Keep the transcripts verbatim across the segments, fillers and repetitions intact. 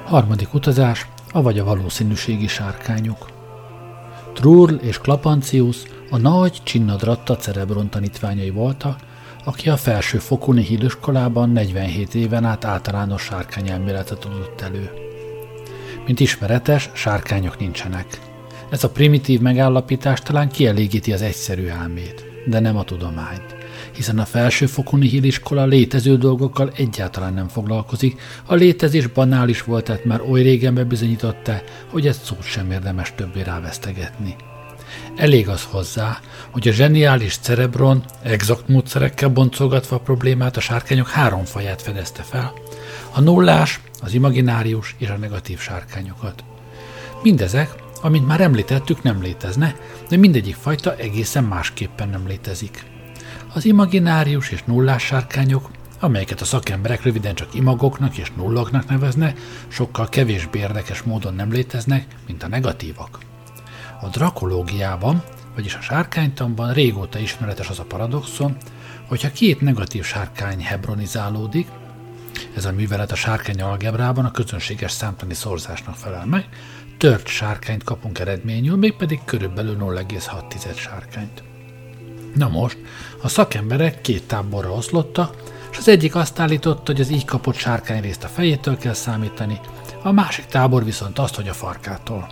Harmadik utazás, avagy a valószínűségi sárkányok. Trull és Klapancius a nagy Csinnadratta Cerebron tanítványai voltak, aki a felsőfokú nihiliskolában negyvenhét éven át általános sárkányelméletet adott elő. Mint ismeretes, sárkányok nincsenek. Ez a primitív megállapítás talán kielégíti az egyszerű elmét, de nem a tudományt, hiszen a felsőfokú nihiliskola létező dolgokkal egyáltalán nem foglalkozik, a létezés banális volt, tehát már oly régen bebizonyította, hogy ezt szót sem érdemes többé rávesztegetni. Elég az hozzá, hogy a zseniális Cerebron exakt módszerekkel boncolgatva a problémát a sárkányok három faját fedezte fel, a nullás, az imaginárius és a negatív sárkányokat. Mindezek, amint már említettük, nem létezne, de mindegyik fajta egészen másképpen nem létezik. Az imaginárius és nullás sárkányok, amelyeket a szakemberek röviden csak imagoknak és nulloknak nevezne, sokkal kevésbé érdekes módon nem léteznek, mint a negatívak. A drakológiában, vagyis a sárkánytanban régóta ismeretes az a paradoxon, hogyha két negatív sárkány hebronizálódik, ez a művelet a sárkány algebrában a közönséges számtani szorzásnak felel meg, tört sárkányt kapunk eredményül, mégpedig körülbelül nulla egész hat sárkányt. Na most, a szakemberek két táborra oszlottak, és az egyik azt állította, hogy az így kapott sárkányrészt a fejétől kell számítani, a másik tábor viszont azt, hogy a farkától.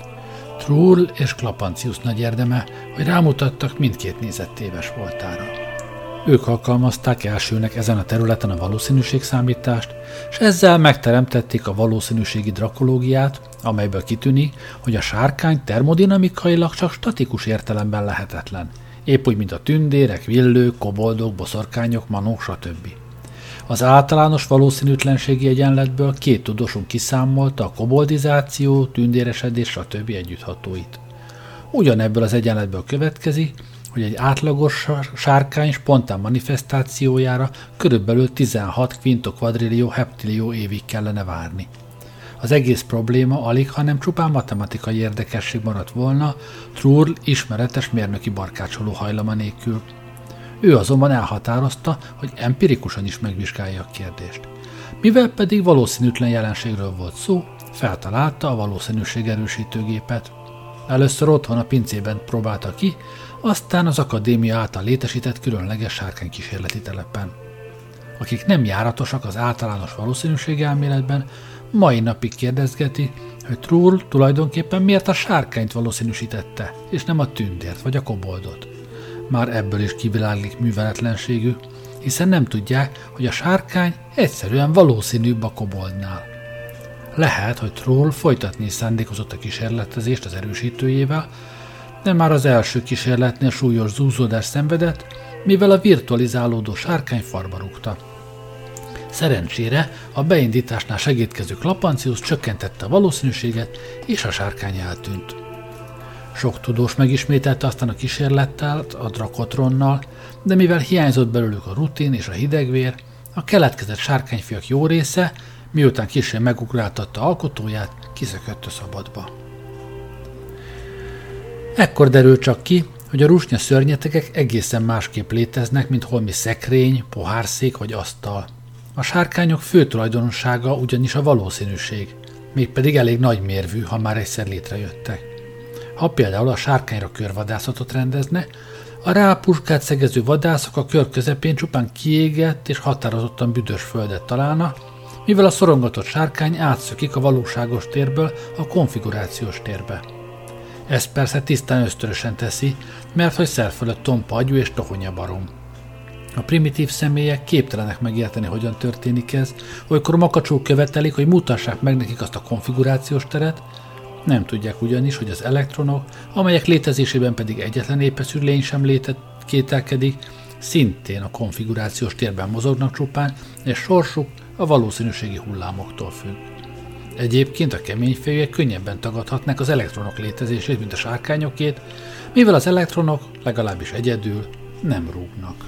Trull és Klapancius nagy érdeme, hogy rámutattak mindkét nézet téves voltára. Ők alkalmazták elsőnek ezen a területen a valószínűségszámítást, és ezzel megteremtették a valószínűségi drakológiát, amelyből kitűnik, hogy a sárkány termodinamikailag csak statikus értelemben lehetetlen, épp úgy, mint a tündérek, villők, koboldok, boszorkányok, manók, stb. Az általános valószínűtlenségi egyenletből két tudósunk kiszámolta a koboldizáció, tündéresedés, stb. Együtthatóit. Ugyanebből az egyenletből következik, hogy egy átlagos sárkány spontán manifestációjára körülbelül tizenhat quintokvadrillió heptillió évig kellene várni. Az egész probléma alig, hanem csupán matematikai érdekesség maradt volna Trull ismeretes mérnöki barkácsoló hajlama nélkül. Ő azonban elhatározta, hogy empirikusan is megvizsgálja a kérdést. Mivel pedig valószínűtlen jelenségről volt szó, feltalálta a valószínűség erősítőgépet. Először otthon a pincében próbálta ki, aztán az akadémia által létesített különleges sárkánykísérleti telepen. Akik nem járatosak az általános valószínűségelméletben, mai napig kérdezgeti, hogy Trull tulajdonképpen miért a sárkányt valószínűsítette, és nem a tündért vagy a koboldot. Már ebből is kiviláglik műveletlenségük, hiszen nem tudják, hogy a sárkány egyszerűen valószínűbb a koboldnál. Lehet, hogy Trull folytatni is szándékozott a kísérletezést az erősítőjével, de már az első kísérletnél súlyos zúzódást szenvedett, mivel a virtualizálódó sárkány farba rúgta. Szerencsére a beindításnál segítkező Klapancius csökkentette a valószínűséget, és a sárkány eltűnt. Sok tudós megismételte aztán a kísérlettel, a drakotronnal, de mivel hiányzott belőlük a rutin és a hidegvér, a keletkezett sárkányfiak jó része, miután később megugráltatta alkotóját, kiszökött a szabadba. Ekkor derül csak ki, hogy a rusnya szörnyetegek egészen másképp léteznek, mint holmi szekrény, pohárszék vagy asztal. A sárkányok fő tulajdonsága ugyanis a valószínűség, mégpedig elég nagy mérvű, ha már egyszer létrejöttek. Ha például a sárkányra körvadászatot rendezne, a rá puskát szegező vadászok a kör közepén csupán kiégett és határozottan büdös földet találna, mivel a szorongatott sárkány átszökik a valóságos térből a konfigurációs térbe. Ez persze tisztán ösztönösen teszi, mert hogy szer fölött tompa agyú és tohonya barom. A primitív személyek képtelenek megérteni, hogyan történik ez, olykor makacsul követelik, hogy mutassák meg nekik azt a konfigurációs teret, nem tudják ugyanis, hogy az elektronok, amelyek létezésében pedig egyetlen épeszű lény sem létet kételkedik, szintén a konfigurációs térben mozognak csupán, és sorsuk a valószínűségi hullámoktól függ. Egyébként a keményfejűek könnyebben tagadhatnak az elektronok létezését, mint a sárkányokét, mivel az elektronok legalábbis egyedül nem rúgnak.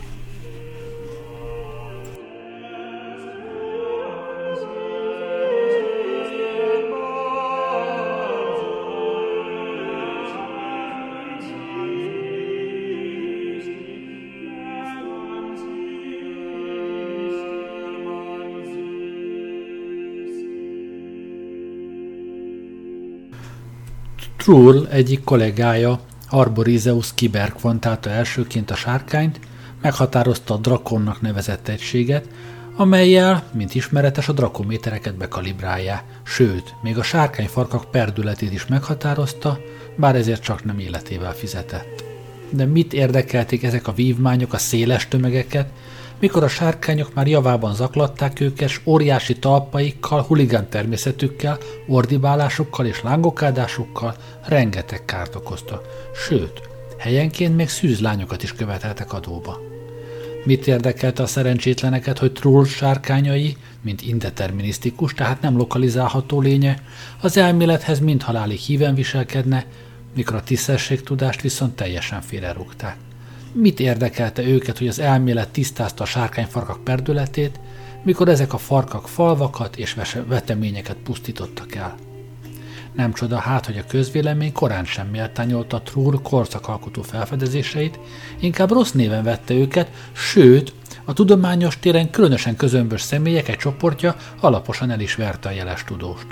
Trull egyik kollégája, Arborizeus Kiber kvantálta elsőként a sárkányt, meghatározta a drakonnak nevezett egységet, amellyel, mint ismeretes, a drakométereket bekalibrálják, sőt, még a sárkányfarkak perdületét is meghatározta, bár ezért csak nem életével fizetett. De mit érdekelték ezek a vívmányok a széles tömegeket, mikor a sárkányok már javában zaklatták őket, s óriási talpaikkal, huligán természetükkel, ordibálásukkal és lángokádásukkal rengeteg kárt okoztak, sőt, helyenként még szűzlányokat is követeltek adóba. Mit érdekelte a szerencsétleneket, hogy Trull sárkányai, mint indeterminisztikus, tehát nem lokalizálható lénye, az elmélethez mind halálig híven viselkedne, mikor a tisztességtudást viszont teljesen félrerúgták. Mit érdekelte őket, hogy az elmélet tisztázta a sárkányfarkak perdületét, mikor ezek a farkak falvakat és veteményeket pusztítottak el? Nem csoda hát, hogy a közvélemény korán sem méltányolta Trull korszakalkotó felfedezéseit, inkább rossz néven vette őket, sőt, a tudományos téren különösen közömbös személyek egy csoportja alaposan el is verte a jeles tudóst.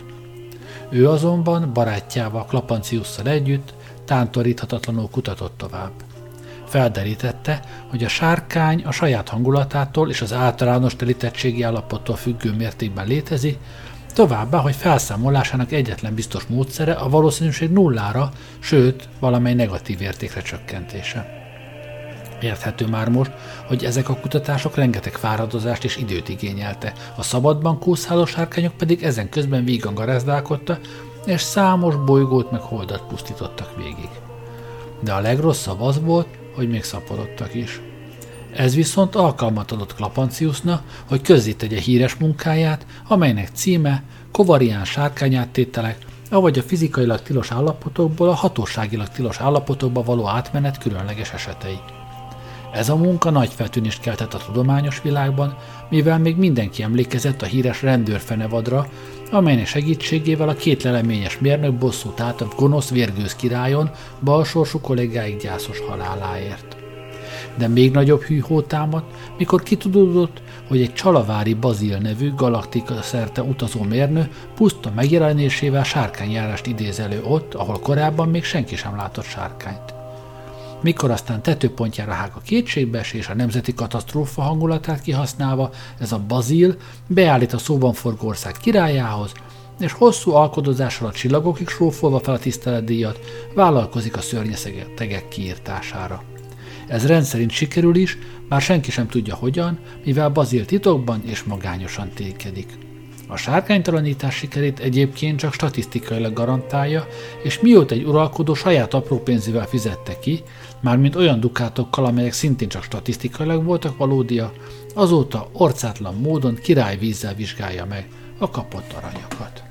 Ő azonban barátjával, Klapanciusszal együtt tántoríthatatlanul kutatott tovább. Felderítette, hogy a sárkány a saját hangulatától és az általános telítettségi állapottól függő mértékben létezik, továbbá, hogy felszámolásának egyetlen biztos módszere a valószínűség nullára, sőt, valamely negatív értékre csökkentése. Érthető már most, hogy ezek a kutatások rengeteg fáradozást és időt igényelte, a szabadban kúszáló sárkányok pedig ezen közben vígan garázdálkodta, és számos bolygót meg holdat pusztítottak végig. De a legrosszabb az volt, hogy még szaporodtak is. Ez viszont alkalmat adott Klapanciusnak, hogy közzétegye híres munkáját, amelynek címe Kovarián sárkányáttételek, avagy a fizikailag tilos állapotokból a hatóságilag tilos állapotokba való átmenet különleges esetei. Ez a munka nagy feltűnést keltett a tudományos világban, mivel még mindenki emlékezett a híres rendőrfenevadra, amelynek segítségével a két leleményes mérnök bosszút állt a gonosz vérgőz királyon balsorsú kollégáik gyászos haláláért. De még nagyobb hűhó támadt, mikor kitudódott, hogy egy csalavári Bazil nevű galaktika szerte utazó mérnök puszta megjelenésével sárkányjárást idéz elő ott, ahol korábban még senki sem látott sárkányt. Mikor aztán tetőpontjára hág a kétségbeesés a nemzeti katasztrófa hangulatát kihasználva, ez a Bazil beállít a szóban forgó ország királyához, és hosszú alkodozással a csillagokig srófolva fel a tiszteletdíjat, vállalkozik a szörnyetegek kiírtására. Ez rendszerint sikerül is, bár senki sem tudja hogyan, mivel Bazil titokban és magányosan tékedik. A sárkánytalanítás sikerét egyébként csak statisztikailag garantálja, és mióta egy uralkodó saját apró pénzével fizette ki, mármint olyan dukátokkal, amelyek szintén csak statisztikailag voltak valódia, azóta orcátlan módon királyvízzel vizsgálja meg a kapott aranyakat.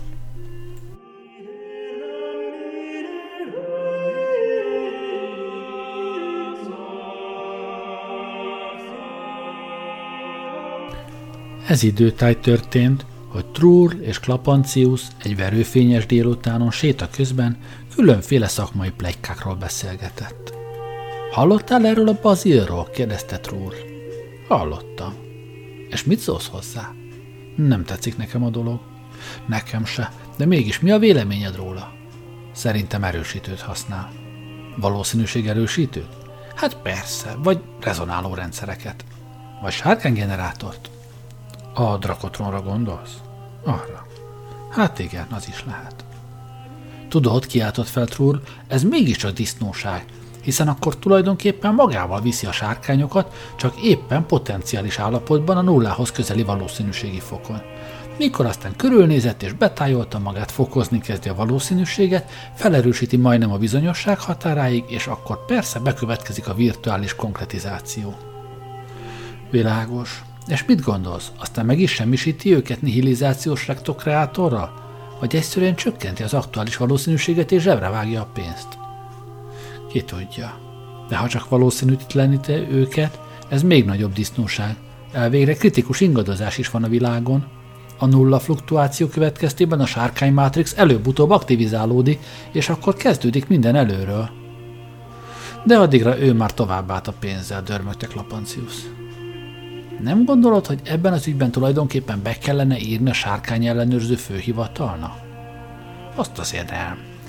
Ez időtáj történt, hogy Trull és Klapancius egy verőfényes délutánon séta közben különféle szakmai pletykákról beszélgetett. Hallottál erről a Bazilról? Kérdezte Trull. Hallottam. És mit szólsz hozzá? Nem tetszik nekem a dolog. Nekem se, de mégis mi a véleményed róla? Szerintem erősítőt használ. Valószínűség erősítőt? Hát persze, vagy rezonáló rendszereket. Vagy sárkánygenerátort. A Drakotronra gondolsz? Arra. Hát igen, az is lehet. Tudod, kiáltott fel Trull, ez mégiscsak disznóság, hiszen akkor tulajdonképpen magával viszi a sárkányokat, csak éppen potenciális állapotban a nullához közeli valószínűségi fokon. Mikor aztán körülnézett és betájolta magát, fokozni kezdi a valószínűséget, felerősíti majdnem a bizonyosság határáig, és akkor persze bekövetkezik a virtuális konkretizáció. Világos. És mit gondolsz? Aztán meg is semmisíti őket nihilizációs rektokreátorral? Vagy egyszerűen csökkenti az aktuális valószínűséget és zsebre vágja a pénzt? Ki tudja. De ha csak valószínűtleníti őket, ez még nagyobb disznóság. Elvégre kritikus ingadozás is van a világon. A nulla fluktuáció következtében a sárkány mátrix előbb-utóbb aktivizálódik, és akkor kezdődik minden előről. De addigra ő már tovább állt a pénzzel, dörmögte Klapancius. Nem gondolod, hogy ebben az ügyben tulajdonképpen be kellene írni a sárkány ellenőrző főhivatalnak? Azt azért nem,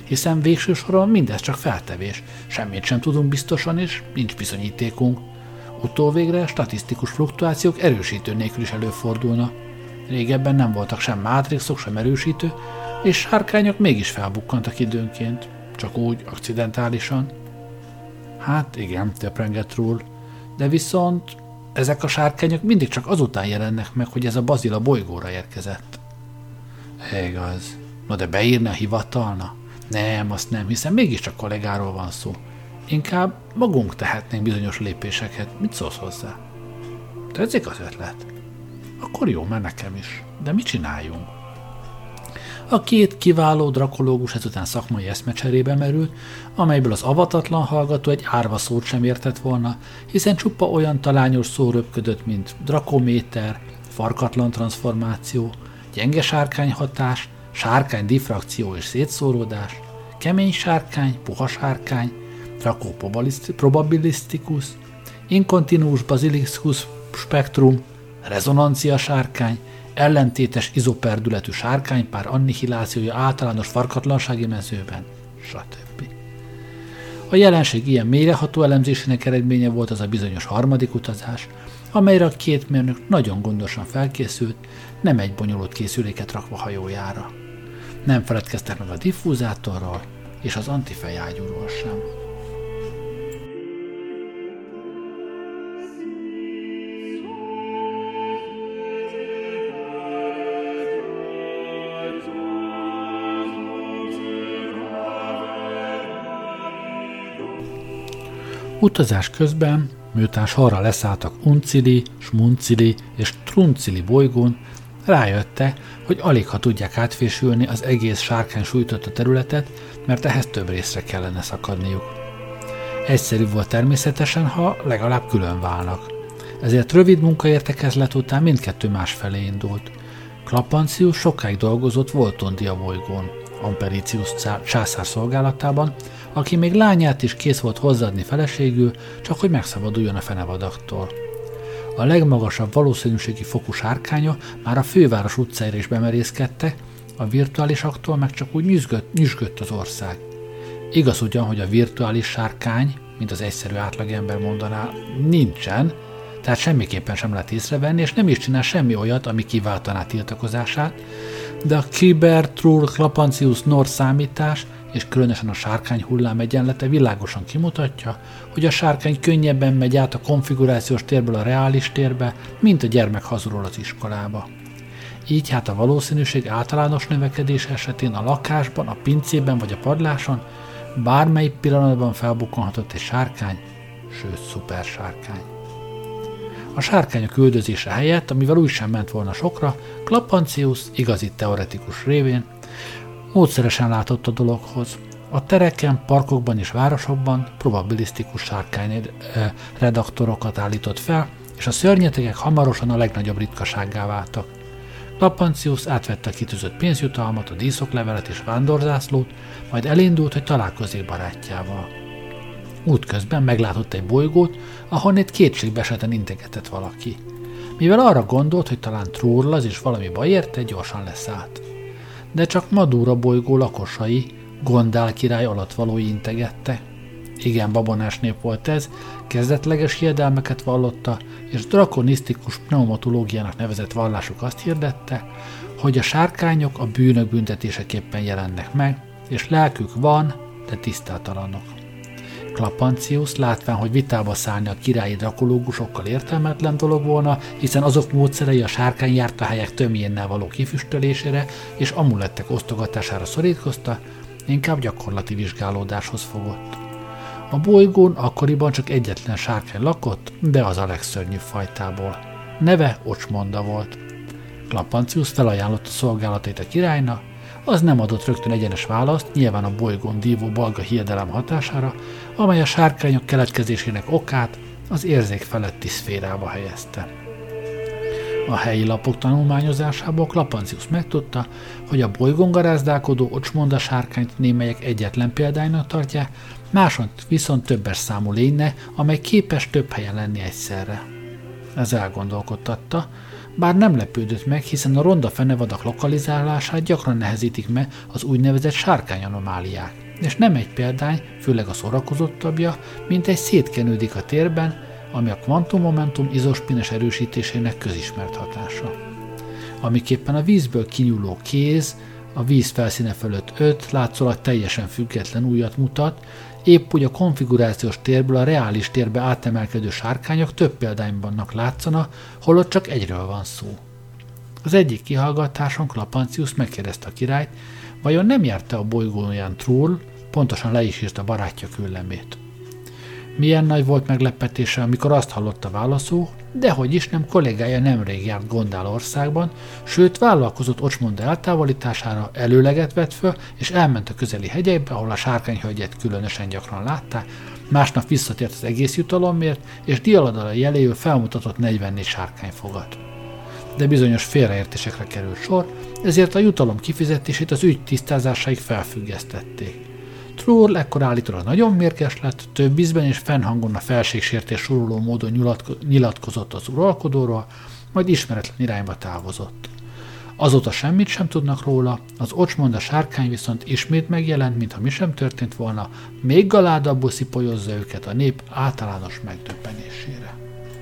hiszen végső soron mindez csak feltevés, semmit sem tudunk biztosan, és nincs bizonyítékunk. Utóvégre statisztikus fluktuációk erősítő nélkül is előfordulna. Régebben nem voltak sem mátrixok, sem erősítő, és sárkányok mégis felbukkantak időnként, csak úgy, akcidentálisan. Hát igen, töprengett Trull, de viszont ezek a sárkányok mindig csak azután jelennek meg, hogy ez a bazil a bolygóra érkezett. Igaz. No de beírni a hivatalna? Nem, azt nem, hiszen mégiscsak kollégáról van szó. Inkább magunk tehetnénk bizonyos lépéseket. Mit szólsz hozzá? Tetszik az ötlet? Akkor jó, mert nekem is. De mit csináljunk? A két kiváló drakológus ezután szakmai eszmecserébe merült, amelyből az avatatlan hallgató egy árva szót sem értett volna, hiszen csupa olyan talányos szó röpködött, mint drakométer, farkatlan transformáció, gyenge sárkányhatás, sárkány diffrakció és szétszóródás, kemény sárkány, puha sárkány, drakó probabilisztikus, inkontinuus basiliskus spektrum, rezonancia sárkány, ellentétes izoperdületű sárkánypár annihilációja általános farkatlansági mezőben, stb. A jelenség ilyen mélyreható elemzésének eredménye volt az a bizonyos harmadik utazás, amelyre a két mérnök nagyon gondosan felkészült, nem egy bonyolult készüléket rakva hajójára. Nem feledkeztek meg a diffúzátorról és az antifejágyúról sem. Utazás közben, miután sorra leszálltak Uncili, Smuncili és Truncili bolygón, rájötte, hogy alig ha tudják átfésülni az egész sárkány sújtotta területet, mert ehhez több részre kellene szakadniuk. Egyszerű volt természetesen, ha legalább külön válnak. Ezért rövid munkaértekezlet után mindkettő másfelé indult. Klapancius sokáig dolgozott Voltondia bolygón, Ampericius császár szolgálatában, aki még lányát is kész volt hozzáadni feleségül, csak hogy megszabaduljon a fenevadaktól. A legmagasabb valószínűségi fokú sárkánya már a főváros utcáira is bemerészkedtek, a virtuálisaktól meg csak úgy nyüzsgött, nyüzsgött az ország. Igaz ugyan, hogy a virtuális sárkány, mint az egyszerű átlagember mondaná, nincsen, tehát semmiképpen sem lehet észrevenni, és nem is csinál semmi olyat, ami kiváltaná tiltakozását, de a Kyber Trull Klapancius North számítás és különösen a sárkány hullám egyenlete világosan kimutatja, hogy a sárkány könnyebben megy át a konfigurációs térből a reális térbe, mint a gyermek hazulról az iskolába. Így hát a valószínűség általános növekedése esetén a lakásban, a pincében vagy a padláson bármely pillanatban felbukkanhatott egy sárkány, sőt szuper sárkány. A sárkányok üldözése helyett, amivel úgy sem ment volna sokra, Klapancius igazi teoretikus révén módszeresen látott a dologhoz. A tereken, parkokban és városokban probabilisztikus sárkány redaktorokat állított fel, és a szörnyetegek hamarosan a legnagyobb ritkasággá váltak. Klapancius átvette a kitűzött pénzjutalmat, a díszoklevelet és vándorzászlót, majd elindult, hogy találkozik barátjával. Útközben meglátott egy bolygót, ahonnét kétségbeesetten integetett valaki. Mivel arra gondolt, hogy talán Trull az is valami baj érte, gyorsan leszállt. De csak Madura bolygó lakosai, Gondál király alattvalói integette. Igen, babonás nép volt ez, kezdetleges hiedelmeket vallotta, és drakonisztikus pneumatológiának nevezett vallásuk azt hirdette, hogy a sárkányok a bűnök büntetéseképpen jelennek meg, és lelkük van, de tisztátalanok. Klapancius, látván, hogy vitába szállni a királyi drakológusokkal értelmetlen dolog volna, hiszen azok módszerei a sárkányjártahelyek tömjénnel való kifüstölésére és amulettek osztogatására szorítkozta, inkább gyakorlati vizsgálódáshoz fogott. A bolygón akkoriban csak egyetlen sárkány lakott, de az a legszörnyűbb fajtából. Neve Ocsmonda volt. Klapancius felajánlotta szolgálatait a királynak, az nem adott rögtön egyenes választ, nyilván a bolygón dívó balga hiedelem hatására, amely a sárkányok keletkezésének okát az érzék feletti szférába helyezte. A helyi lapok tanulmányozásából Klapancius megtudta, hogy a bolygón garázdálkodó Ocsmonda sárkányt némelyek egyetlen példánynak tartják, máson viszont többes számú lényne, amely képes több helyen lenni egyszerre. Ez elgondolkodtatta, bár nem lepődött meg, hiszen a ronda fenevadak lokalizálását gyakran nehezítik meg az úgynevezett sárkányanomáliák, és nem egy példány, főleg a szórakozottabbja, mint egy szétkenődik a térben, ami a kvantummomentum izospines erősítésének közismert hatása. Amiképpen a vízből kinyúló kéz a víz felszíne fölött öt, látszólag teljesen független ujjat mutat, épp úgy a konfigurációs térből a reális térbe átemelkedő sárkányok több példánybannak látszana, holott csak egyről van szó. Az egyik kihallgatáson Klapancius megkérdezte a királyt, vajon nem járta a bolygóján Trull, pontosan le is írta barátja küllemét. Milyen nagy volt meglepetése, amikor azt hallotta válaszul, dehogy is nem, kollégája nemrég járt Gondálországban, sőt vállalkozott Ocsmonda eltávolítására, előleget vett föl, és elment a közeli hegyekbe, ahol a sárkányhölgyet különösen gyakran látták, másnap visszatért az egész jutalomért, és dialadala jeléül felmutatott negyvennégy sárkányfogat. De bizonyos félreértésekre került sor, ezért a jutalom kifizetését az ügy tisztázásáig felfüggesztették. Trull ekkor állítólag nagyon mérges lett, több ízben és fennhangon a felségsértés soroló módon nyilatkozott az uralkodóról, majd ismeretlen irányba távozott. Azóta semmit sem tudnak róla, az Ocsmonda sárkány viszont ismét megjelent, mintha mi sem történt volna, még galádabbul szipolyozza őket a nép általános megdöbbenésére.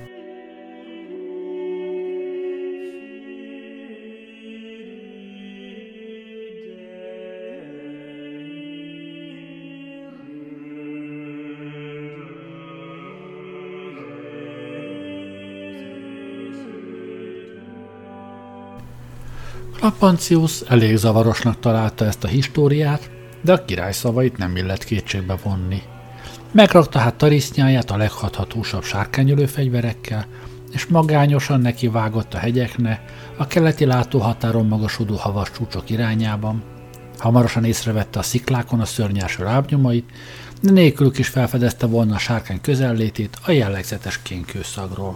Klapancius elég zavarosnak találta ezt a históriát, de a király szavait nem illett kétségbe vonni. Megrakta hát tarisznyáját a leghathatósabb sárkányölő fegyverekkel, és magányosan neki vágott a hegyekne, a keleti látóhatáron magasodó havas csúcsok irányában. Hamarosan észrevette a sziklákon a szörnyáső lábnyomait, de nélkülük is felfedezte volna a sárkány közellétét a jellegzetes kénkőszagról.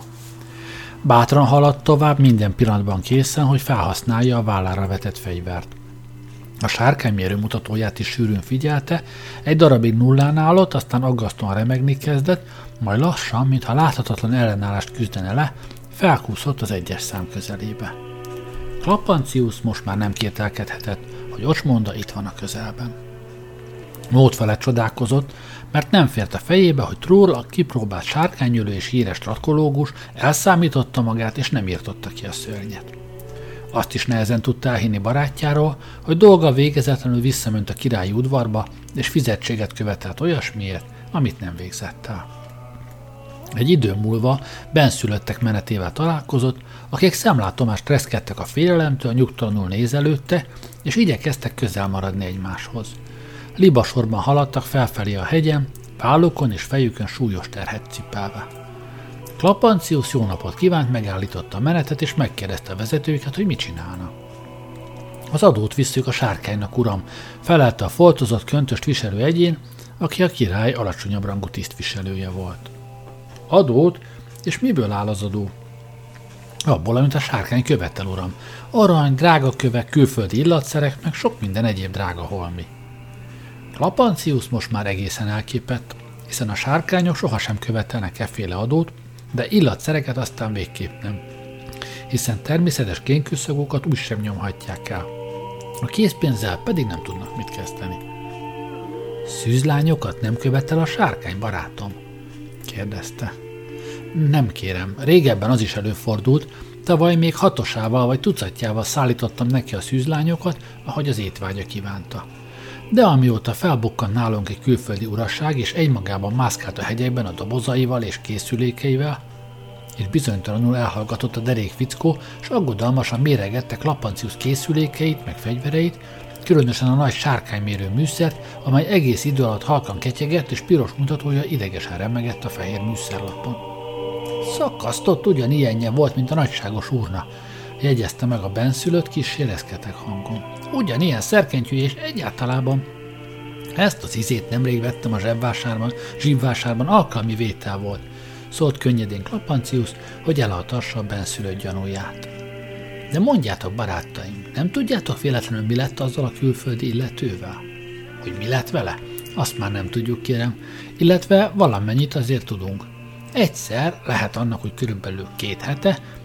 Bátran haladt tovább, minden pillanatban készen, hogy felhasználja a vállára vetett fegyvert. A sárkány mérőmutatóját is sűrűn figyelte, egy darabig nullán állott, aztán aggasztóan remegni kezdett, majd lassan, mintha láthatatlan ellenállást küzdene le, felkúszott az egyes szám közelébe. Klapancius most már nem kételkedhetett, hogy Ocsmonda itt van a közelben. Mód felett csodálkozott, mert nem fért a fejébe, hogy Trull, a kipróbált sárkányölő és híres trakológus elszámította magát és nem írtotta ki a szörnyet. Azt is nehezen tudta elhinni barátjáról, hogy dolga végezetlenül visszament a királyi udvarba, és fizetséget követelt olyasmiért, amit nem végzett el. Egy idő múlva benszülöttek menetével találkozott, akik szemlátomást reszkedtek a félelemtől, nyugtalanul nézelődtek, és igyekeztek közel maradni egymáshoz. Libasorban haladtak felfelé a hegyen, vállukon és fejükön súlyos terhet cipelve. Klapancius jó napot kívánt, megállította a menetet, és megkérdezte a vezetőket, hogy mit csinálna. Az adót visszük a sárkánynak, uram, felelte a foltozott köntöst viselő egyén, aki a király alacsonyabb rangú tisztviselője volt. Adót? És miből áll az adó? Abból, amit a sárkány követel, uram. Arany, drága kövek, külföldi illatszerek, meg sok minden egyéb drága holmi. Klapancius most már egészen elképett, hiszen a sárkányok sohasem követelnek efféle adót, de illatszereket aztán végképp nem, hiszen természetes kénkőszagokat úgy sem nyomhatják el. A készpénzzel pedig nem tudnak mit kezdeni. Szűzlányokat nem követel a sárkány, barátom? Kérdezte. Nem kérem, régebben az is előfordult, tavaly még hatosával vagy tucatjával szállítottam neki a szűzlányokat, ahogy az étvágya kívánta. De amióta felbukkant nálunk egy külföldi uraság, és egymagában mászkált a hegyekben a dobozaival és készülékeivel, és bizonytalanul elhallgatott a derék fickó, és aggodalmasan méregette Klapancius készülékeit, meg fegyvereit, különösen a nagy sárkánymérő műszert, amely egész idő alatt halkan ketyegett, és piros mutatója idegesen remegett a fehér műszerlapon. Szakasztott ugyanilyenje volt, mint a nagyságos úrna, jegyezte meg a benszülött kissé reszketek hangon. Ugyanilyen szerkentyű, és egyáltalában ezt az izét nemrég vettem a zsebvásárban, zsibvásárban, alkalmi vétel volt, szólt könnyedén Klapancius, hogy elaltassa a benszülött gyanúját. De mondjátok, barátaim, nem tudjátok véletlenül, mi lett azzal a külföldi illetővel? Hogy mi lett vele? Azt már nem tudjuk, kérem, illetve valamennyit azért tudunk. Egyszer, lehet annak, hogy körülbelül két hete,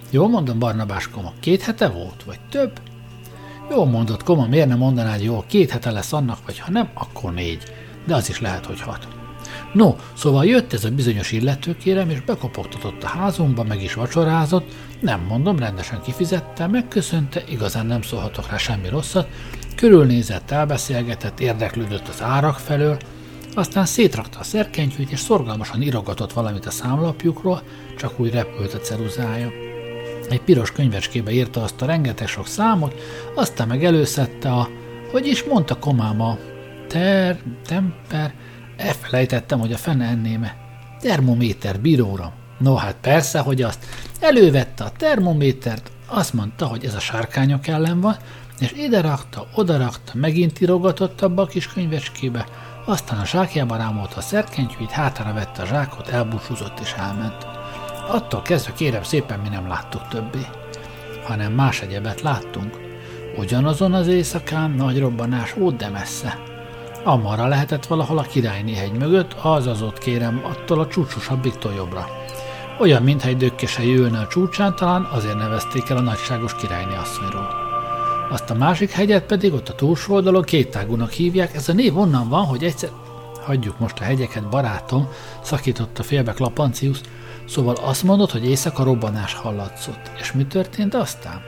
Jól mondom, Barnabás Koma, két hete volt, vagy több? Jól mondott, Koma, miért nem mondanád jól, két hete lesz annak, vagy ha nem, akkor négy. De az is lehet, hogy hat. No, szóval jött ez a bizonyos illető, kérem, és bekopogtatott a házunkba, meg is vacsorázott, nem mondom, rendesen kifizette, megköszönte, igazán nem szólhatok rá semmi rosszat, körülnézett, elbeszélgetett, érdeklődött az árak felől, aztán szétrakta a szerkentyűt, és szorgalmasan írogatott valamit a számlapjukról, csak úgy repült a ceruzája. Egy piros könyvecskébe írta azt a rengeteg sok számot, aztán meg előszedte a, hogy is mondta Komám a ter, temper, elfelejtettem, hogy a fene ennéme. Termométer, bíróra. No hát persze, hogy azt. Elővette a termométert, azt mondta, hogy ez a sárkányok ellen van, és ide rakta, oda rakta, megint írogatott abba a kis könyvecskébe, aztán a zsákjába rámolta a szerkentyűit, hátára vette a zsákot, elbúcsúzott és elment. Attól kezdve kérem szépen mi nem láttuk többé, hanem más egyebet láttunk. Ugyanazon az éjszakán nagy robbanás ó, de messze. Amarra lehetett valahol a Királyné hegy mögött, azaz ott kérem, attól a csúcsosabbik jobbra. Olyan, mintha egy dökkesej ülne a csúcsán, talán azért nevezték el a nagyságos Királyné asszonyról. Azt a másik hegyet pedig ott a túlsó oldalon kéttágúnak hívják, ez a név onnan van, hogy egyszer... Hagyjuk most a hegyeket, barátom, szakította félbe Klapancius, szóval azt mondod, hogy éjszaka robbanás hallatszott. És mi történt aztán?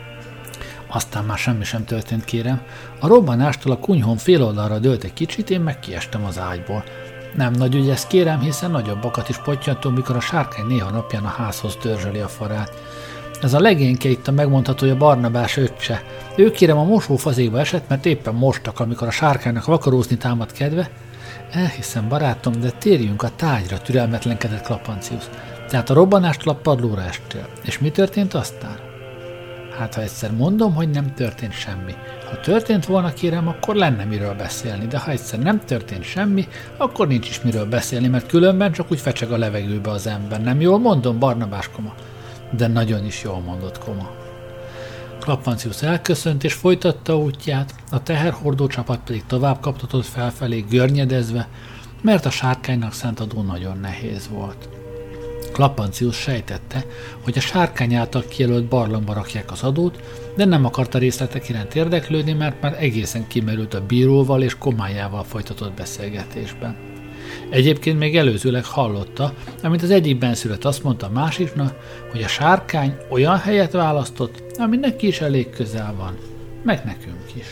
Aztán már semmi sem történt, kérem. A robbanástól a kunyhóm fél oldalra dőlt egy kicsit, én meg kiestem az ágyból. Nem nagy ügy ez, kérem, hiszen nagyobbakat is pottyantom, mikor a sárkány néha napján a házhoz dörzsöli a farát. Ez a legényke itt a megmondhatója Barnabás öccse. Ő kérem a mosófazékba esett, mert éppen mostak, amikor a sárkánynak vakarózni támad kedve. Elhiszem, barátom, de térjünk a tárgyra, türelmetlenkedett Klapancius. Tehát a robbanástól a padlóra estél. És mi történt aztán? Hát ha egyszer mondom, hogy nem történt semmi. Ha történt volna, kérem, akkor lenne miről beszélni, de ha egyszer nem történt semmi, akkor nincs is miről beszélni, mert különben csak úgy fecseg a levegőbe az ember. Nem jól mondom, Barnabás Koma? De nagyon is jól mondott, Koma. Klapancius elköszönt és folytatta útját, a teherhordó csapat pedig tovább kaptatott felfelé görnyedezve, mert a sárkánynak szánt adó nagyon nehéz volt. Klapancius sejtette, hogy a sárkány által kijelölt barlangba rakják az adót, de nem akarta részletek iránt érdeklődni, mert már egészen kimerült a bíróval és komájával folytatott beszélgetésben. Egyébként még előzőleg hallotta, amit az egyik benszülött azt mondta a másiknak, hogy a sárkány olyan helyet választott, ami neki is elég közel van, meg nekünk is.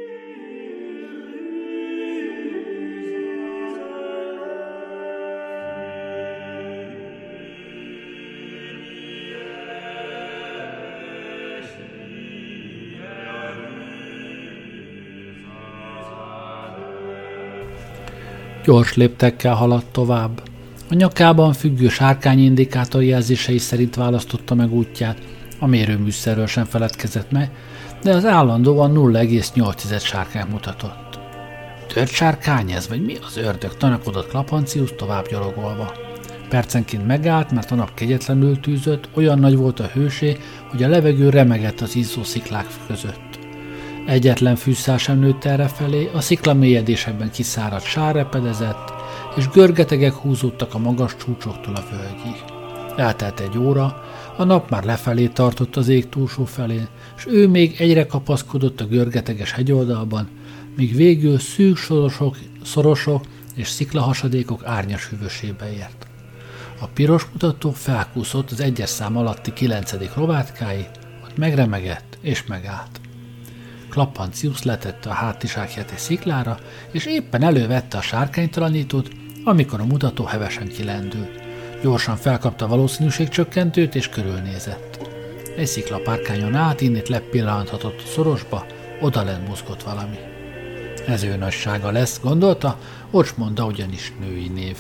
Gyors léptekkel haladt tovább. A nyakában függő sárkányindikátor jelzései szerint választotta meg útját, a mérőműszerről sem feledkezett meg, de az állandóan nulla egész nyolc sárkány mutatott. Tört sárkány ez, vagy mi az ördög, tanakodott Klapancius tovább gyalogolva. Percenként megállt, mert a nap kegyetlenül tűzött, olyan nagy volt a hőség, hogy a levegő remegett az izzó sziklák között. Egyetlen fűszál sem nőtt errefelé, a szikla mélyedésekben kiszáradt sár repedezett, és görgetegek húzódtak a magas csúcsoktól a völgyig. Eltelt egy óra, a nap már lefelé tartott az ég túlsó felén, s ő még egyre kapaszkodott a görgeteges hegyoldalban, míg végül szűk sorosok, szorosok és sziklahasadékok árnyas hűvösébe ért. A piros mutató felkúszott az egyes szám alatti kilencedik rovátkáig, ott megremegett és megállt. Klapancius letette a hátizsákját egy sziklára, és éppen elővette a sárkánytalanítót, amikor a mutató hevesen kilendült. Gyorsan felkapta a valószínűségcsökkentőt, és körülnézett. Egy sziklapárkányon át, innét lepillanthatott a szorosba, odalent mozgott valami. Ez ő nagysága lesz, gondolta, Ocsmonda ugyanis női név.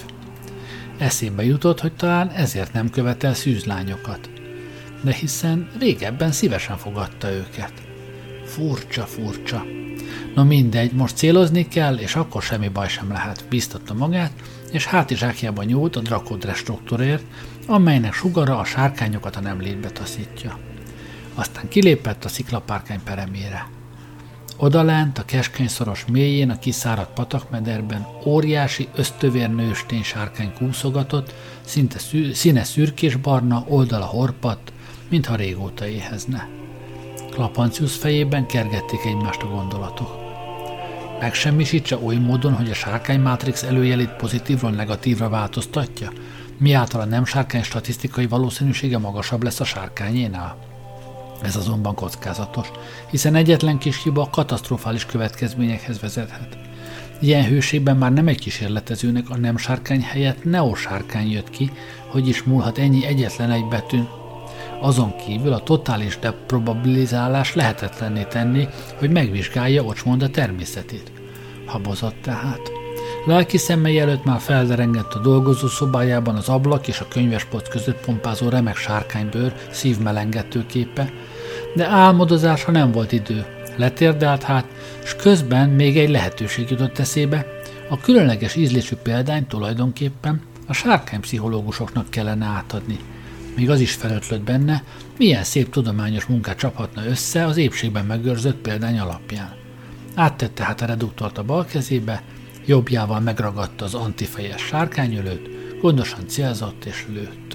Eszébe jutott, hogy talán ezért nem követel szűzlányokat. De hiszen régebben szívesen fogadta őket. Furcsa, furcsa. No mindegy, most célozni kell, és akkor semmi baj sem lehet, bíztatta magát, és hátizsákjába nyúlt a drakodrestruktorért, amelynek sugara a sárkányokat a nem létbe taszítja. Aztán kilépett a sziklapárkány peremére. Odalent a keskenyszoros mélyén a kiszáradt patakmederben óriási ösztövér nőstény sárkány kúszogatott, szinte szű, színe szürkésbarna, oldala horpadt, mintha régóta éhezne. Klapancius fejében kergették egymást a gondolatok. Megsemmisítse oly módon, hogy a sárkány mátrix előjelét pozitívról negatívra változtatja, miáltal a nem sárkány statisztikai valószínűsége magasabb lesz a sárkányénál. Ez azonban kockázatos, hiszen egyetlen kis hiba katasztrofális következményekhez vezethet. Ilyen hőségben már nem egy kísérletezőnek a nem sárkány helyett neosárkány jött ki, hogy is múlhat ennyi egyetlen egy betűn. Azon kívül a totális deprobabilizálás lehetetlenné tenni, hogy megvizsgálja Ocsmonda természetét. Habozott tehát. Lelki szemmei előtt már felderengett a dolgozó szobájában az ablak és a könyvespolc között pompázó remek sárkánybőr szívmelengető képe, de álmodozásra nem volt idő. Letérdelt hát, s közben még egy lehetőség jutott eszébe. A különleges ízlésű példányt tulajdonképpen a sárkánypszichológusoknak kellene átadni. Még az is felötlött benne, milyen szép tudományos munkát csaphatna össze az épségben megőrzött példány alapján. Áttette hát a reduktort a bal kezébe, jobbjával megragadta az antifejes sárkányölőt, gondosan célzott és lőtt.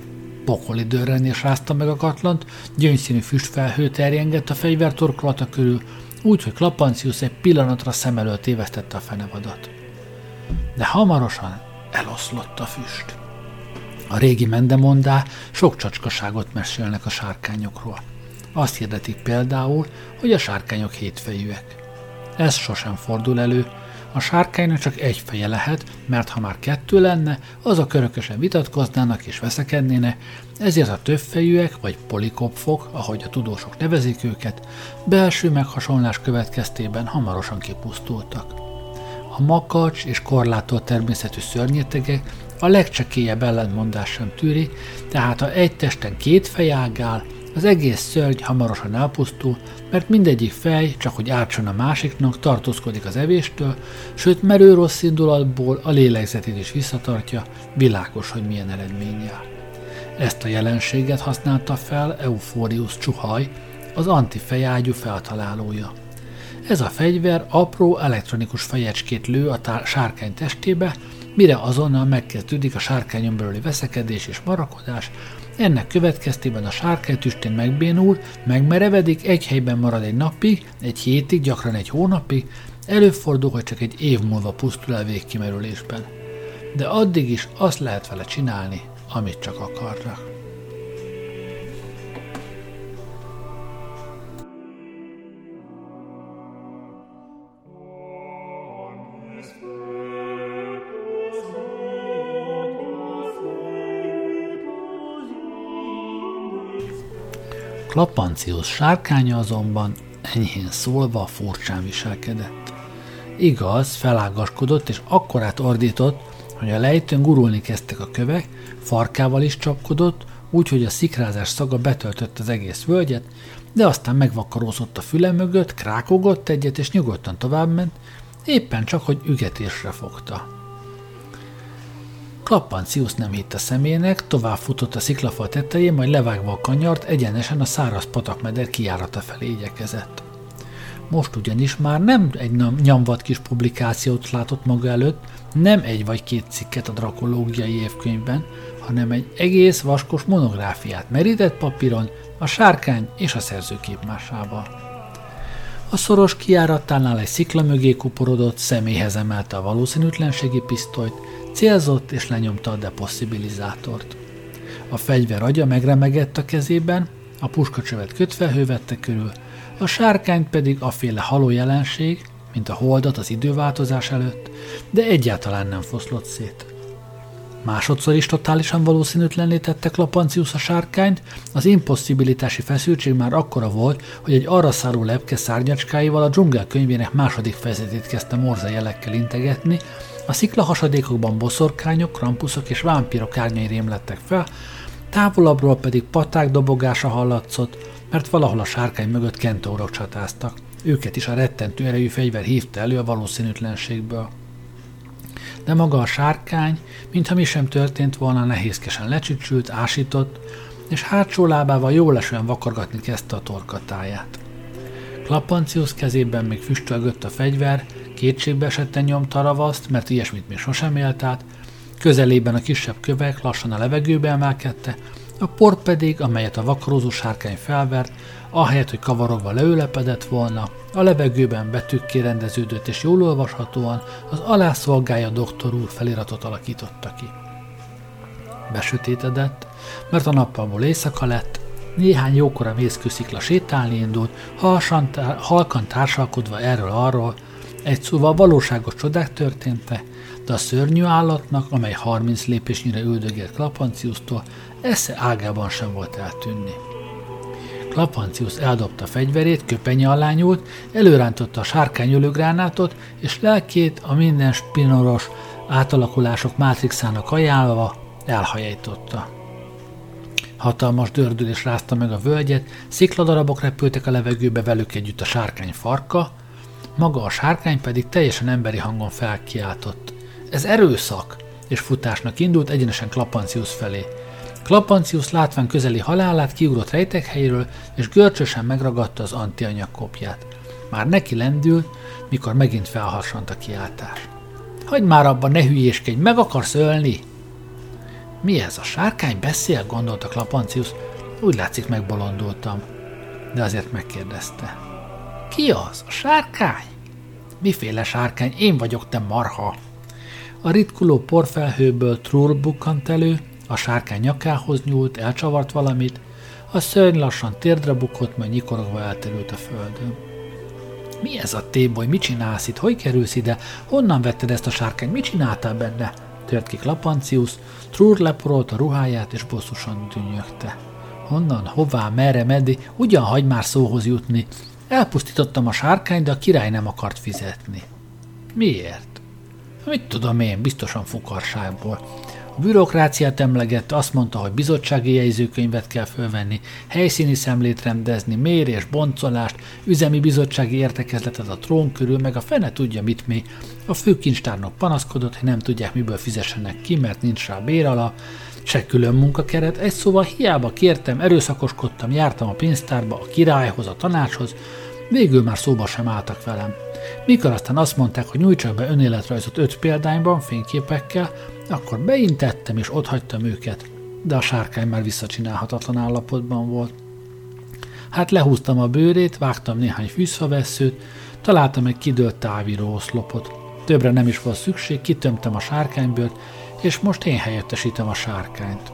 Pokoli dörrenés rázta meg a katlant, gyöngyszínű füstfelhő terjengett a fegyver torkolata körül, úgy, hogy Klapancius egy pillanatra szem elől tévesztette a fenevadat. De hamarosan eloszlott a füst. A régi mendemondá sok csacskaságot mesélnek a sárkányokról. Azt hirdetik például, hogy a sárkányok hétfejűek. Ez sosem fordul elő, a sárkánynak csak egy feje lehet, mert ha már kettő lenne, azok örökösen vitatkoznának és veszekednének, ezért a többfejűek vagy polikopfok, ahogy a tudósok nevezik őket, belső meghasonlás következtében hamarosan kipusztultak. A makacs és korlátolt természetű szörnyetegek a legcsekélyebb ellentmondás sem tűri, tehát ha egy testen két fej ágál, az egész szörny hamarosan elpusztul, mert mindegyik fej, csak hogy ártson a másiknak, tartózkodik az evéstől, sőt merő rossz indulatból a lélegzetét is visszatartja, világos, hogy milyen eredménnyel. Ezt a jelenséget használta fel Euphorius Csuhaj, az antifejágyú feltalálója. Ez a fegyver apró elektronikus fejecskét lő a tár- sárkány testébe, mire azonnal megkezdődik a sárkányon belüli veszekedés és marakodás. Ennek következtében a sárkány tüstén megbénul, megmerevedik, egy helyben marad egy napig, egy hétig, gyakran egy hónapig, előfordul, hogy csak egy év múlva pusztul el végkimerülésben. De addig is azt lehet vele csinálni, amit csak akarnak. Klapancius sárkánya azonban enyhén szólva furcsán viselkedett. Igaz, felágaskodott és akkorát ordított, hogy a lejtőn gurulni kezdtek a kövek, farkával is csapkodott, úgyhogy a szikrázás szaga betöltött az egész völgyet, de aztán megvakarózott a füle mögött, krákogott egyet és nyugodtan továbbment, éppen csak, hogy ügetésre fogta. Klapancius nem hitt a szemének, tovább futott a sziklafal tetején, majd levágva a kanyart, egyenesen a száraz patakmeder kijárata felé igyekezett. Most ugyanis már nem egy nyomvat kis publikációt látott maga előtt, nem egy vagy két cikket a drakológiai évkönyvben, hanem egy egész vaskos monográfiát merített papíron, a sárkány és a szerző képmásával. A szoros kijáratánál egy szikla mögé kuporodott, személyhez emelte a valószínűtlenségi pisztolyt, célzott és lenyomta a deposszibilizátort. A fegyver agya megremegett a kezében, a puskacsövet kötfelhő vette körül, a sárkányt pedig aféle haló jelenség, mint a holdat az időváltozás előtt, de egyáltalán nem foszlott szét. Másodszor is totálisan valószínűtlenné tette Klapancius a sárkányt, az imposszibilitási feszültség már akkora volt, hogy egy arra száró lepke szárnyacskáival a dzsungel könyvének második fejezetét kezdte morze jelekkel integetni, a sziklahasadékokban boszorkányok, krampuszok és vámpírok árnyai rémlettek fel, távolabbról pedig paták dobogása hallatszott, mert valahol a sárkány mögött kentórok csatáztak. Őket is a rettentő erejű fegyver hívta elő a valószínűtlenségből. De maga a sárkány, mintha mi sem történt volna, nehézkesen lecsücsült, ásított, és hátsó lábával jól esően vakargatni kezdte a torkatáját. Klapancius kezében még füstölgött a fegyver, kétségbe esetten nyomta a ravaszt, mert ilyesmit még sosem élt át, közelében a kisebb kövek lassan a levegőbe emelkedte, A por pedig, amelyet a vakarózó sárkány felvert, ahelyett, hogy kavarogva leülepedett volna, a levegőben betűkké rendeződött és jól olvashatóan az alá szolgálja doktor úr feliratot alakította ki. Besötétedett, mert a nappalból éjszaka lett, néhány jókora mészkőszikla sétálni indult, halsan, halkan társalkodva erről-arról, egy szóval valóságos csodák történtek, de a szörnyű állatnak, amely harminc lépésnyire üldögélt Klapanciusztól, esze ágában sem volt eltűnni. Klapanciusz eldobta fegyverét, köpenye alá nyúlt, előrántotta a sárkány ölőgránátot, és lelkét a minden spinoros átalakulások mátrixának ajánlva elhajította. Hatalmas dördülés rázta meg a völgyet, szikladarabok repültek a levegőbe, velük együtt a sárkány farka, maga a sárkány pedig teljesen emberi hangon felkiáltott. Ez erőszak! És futásnak indult egyenesen Klapanciusz felé. Klapanciusz látván közeli halálát kiugrott rejtekhelyről, és görcsösen megragadta az antianyag kopját. Már neki lendült, mikor megint felharsant a kiáltás. Hagyd már abba, ne hülyéskedj, meg akarsz ölni! Mi ez, a sárkány beszél? Gondolta Klapanciusz. Úgy látszik, megbolondultam. De azért megkérdezte. Ki az? A sárkány? Miféle sárkány? Én vagyok, te marha! A ritkuló porfelhőből Trull bukkant elő, a sárkány nyakához nyúlt, elcsavart valamit, a szörny lassan térdre bukott, majd nyikorogva elterült a földön. Mi ez a téboly? Mit csinálsz itt? Hogy kerülsz ide? Honnan vetted ezt a sárkányt? Mit csináltál benne? Tört ki Klapanciusz, Trull leporolt a ruháját, és bosszusan dünnyögte. Honnan, hová, merre, meddig? Ugyan hagy már szóhoz jutni. Elpusztítottam a sárkányt, de a király nem akart fizetni. Miért? Mit tudom én, biztosan fukarságból. A bürokráciát emlegette, azt mondta, hogy bizottsági jegyzőkönyvet kell fölvenni, helyszíni szemlét rendezni, mérés, boncolást, üzemi bizottsági értekezletet a trón körül, meg a fene tudja mit mi. A főkincstárnok panaszkodott, hogy nem tudják, miből fizessenek ki, mert nincs rá bérala, se külön munkakeret, egy szóval hiába kértem, erőszakoskodtam, jártam a pénztárba, a királyhoz, a tanácshoz, végül már szóba sem álltak velem. Mikor aztán azt mondták, hogy nyújtsak be önéletrajzot öt példányban, fényképekkel, akkor beintettem és otthagytam őket, de a sárkány már visszacsinálhatatlan állapotban volt. Hát lehúztam a bőrét, vágtam néhány fűszfavesszőt, találtam egy kidőlt távíró oszlopot. Többre nem is volt szükség, kitömtem a sárkánybőrt, és most én helyettesítem a sárkányt.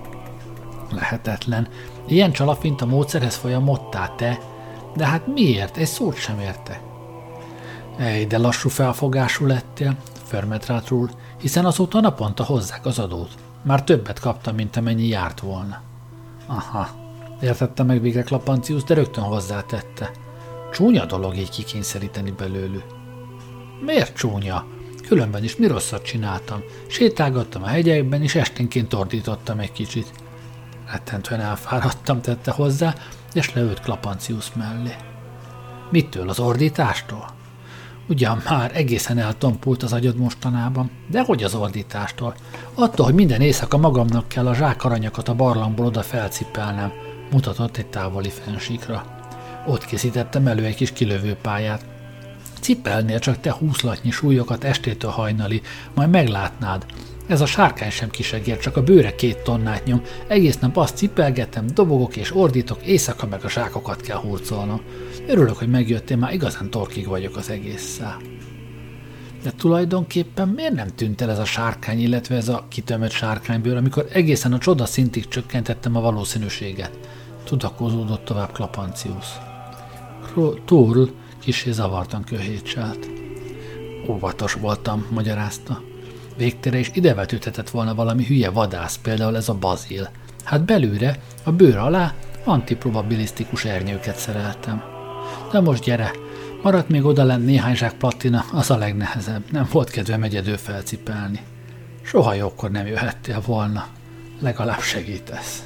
Lehetetlen. Ilyen csalafint a módszerhez folyamodtál te, de hát miért? Egy szót sem érte. Ej, de lassú felfogású lettél, förmet rá Trull, hiszen azóta naponta hozzák az adót. Már többet kaptam, mint amennyi járt volna. Aha, értette meg végre Klapanciusz, de rögtön hozzátette. Csúnya dolog így kikényszeríteni belőlük. Miért csúnya? Különben is mi rosszat csináltam. Sétálgattam a hegyekben, és esténként ordítottam egy kicsit. Rettentően elfáradtam, tette hozzá, és leült Klapanciusz mellé. Mittől, az ordítástól? Ugyan már egészen eltompult az agyad mostanában, de hogy az ordítástól? Attól, hogy minden éjszaka magamnak kell a zsákaranyakat a barlangból oda felcipelnem, mutatott egy távoli fensíkra. Ott készítettem elő egy kis kilövőpályát. Cipelnél csak te húszlatnyi súlyokat estétől hajnali, majd meglátnád. Ez a sárkány sem kisegér, csak a bőre két tonnát nyom. Egész nap azt cipelgetem, dobogok és ordítok, éjszaka meg a zsákokat kell hurcolnom. Örülök, hogy megjöttél, már igazán torkig vagyok az egésszel. De tulajdonképpen miért nem tűnt el ez a sárkány, illetve ez a kitömött sárkánybőr, amikor egészen a csoda szintig csökkentettem a valószínűséget? Tudakozódott tovább Klapanciusz. Trull kissé zavartan köhétselt. Óvatos voltam, magyarázta. Végtére is idevetődhetett volna valami hülye vadász, például ez a Bazil. Hát belőle, a bőr alá antiprobabilisztikus ernyőket szereltem. De most gyere, maradt még odalent néhány zsák platina, az a legnehezebb, nem volt kedvem egyedül felcipelni. Soha jókor nem jöhettél volna, legalább segítesz.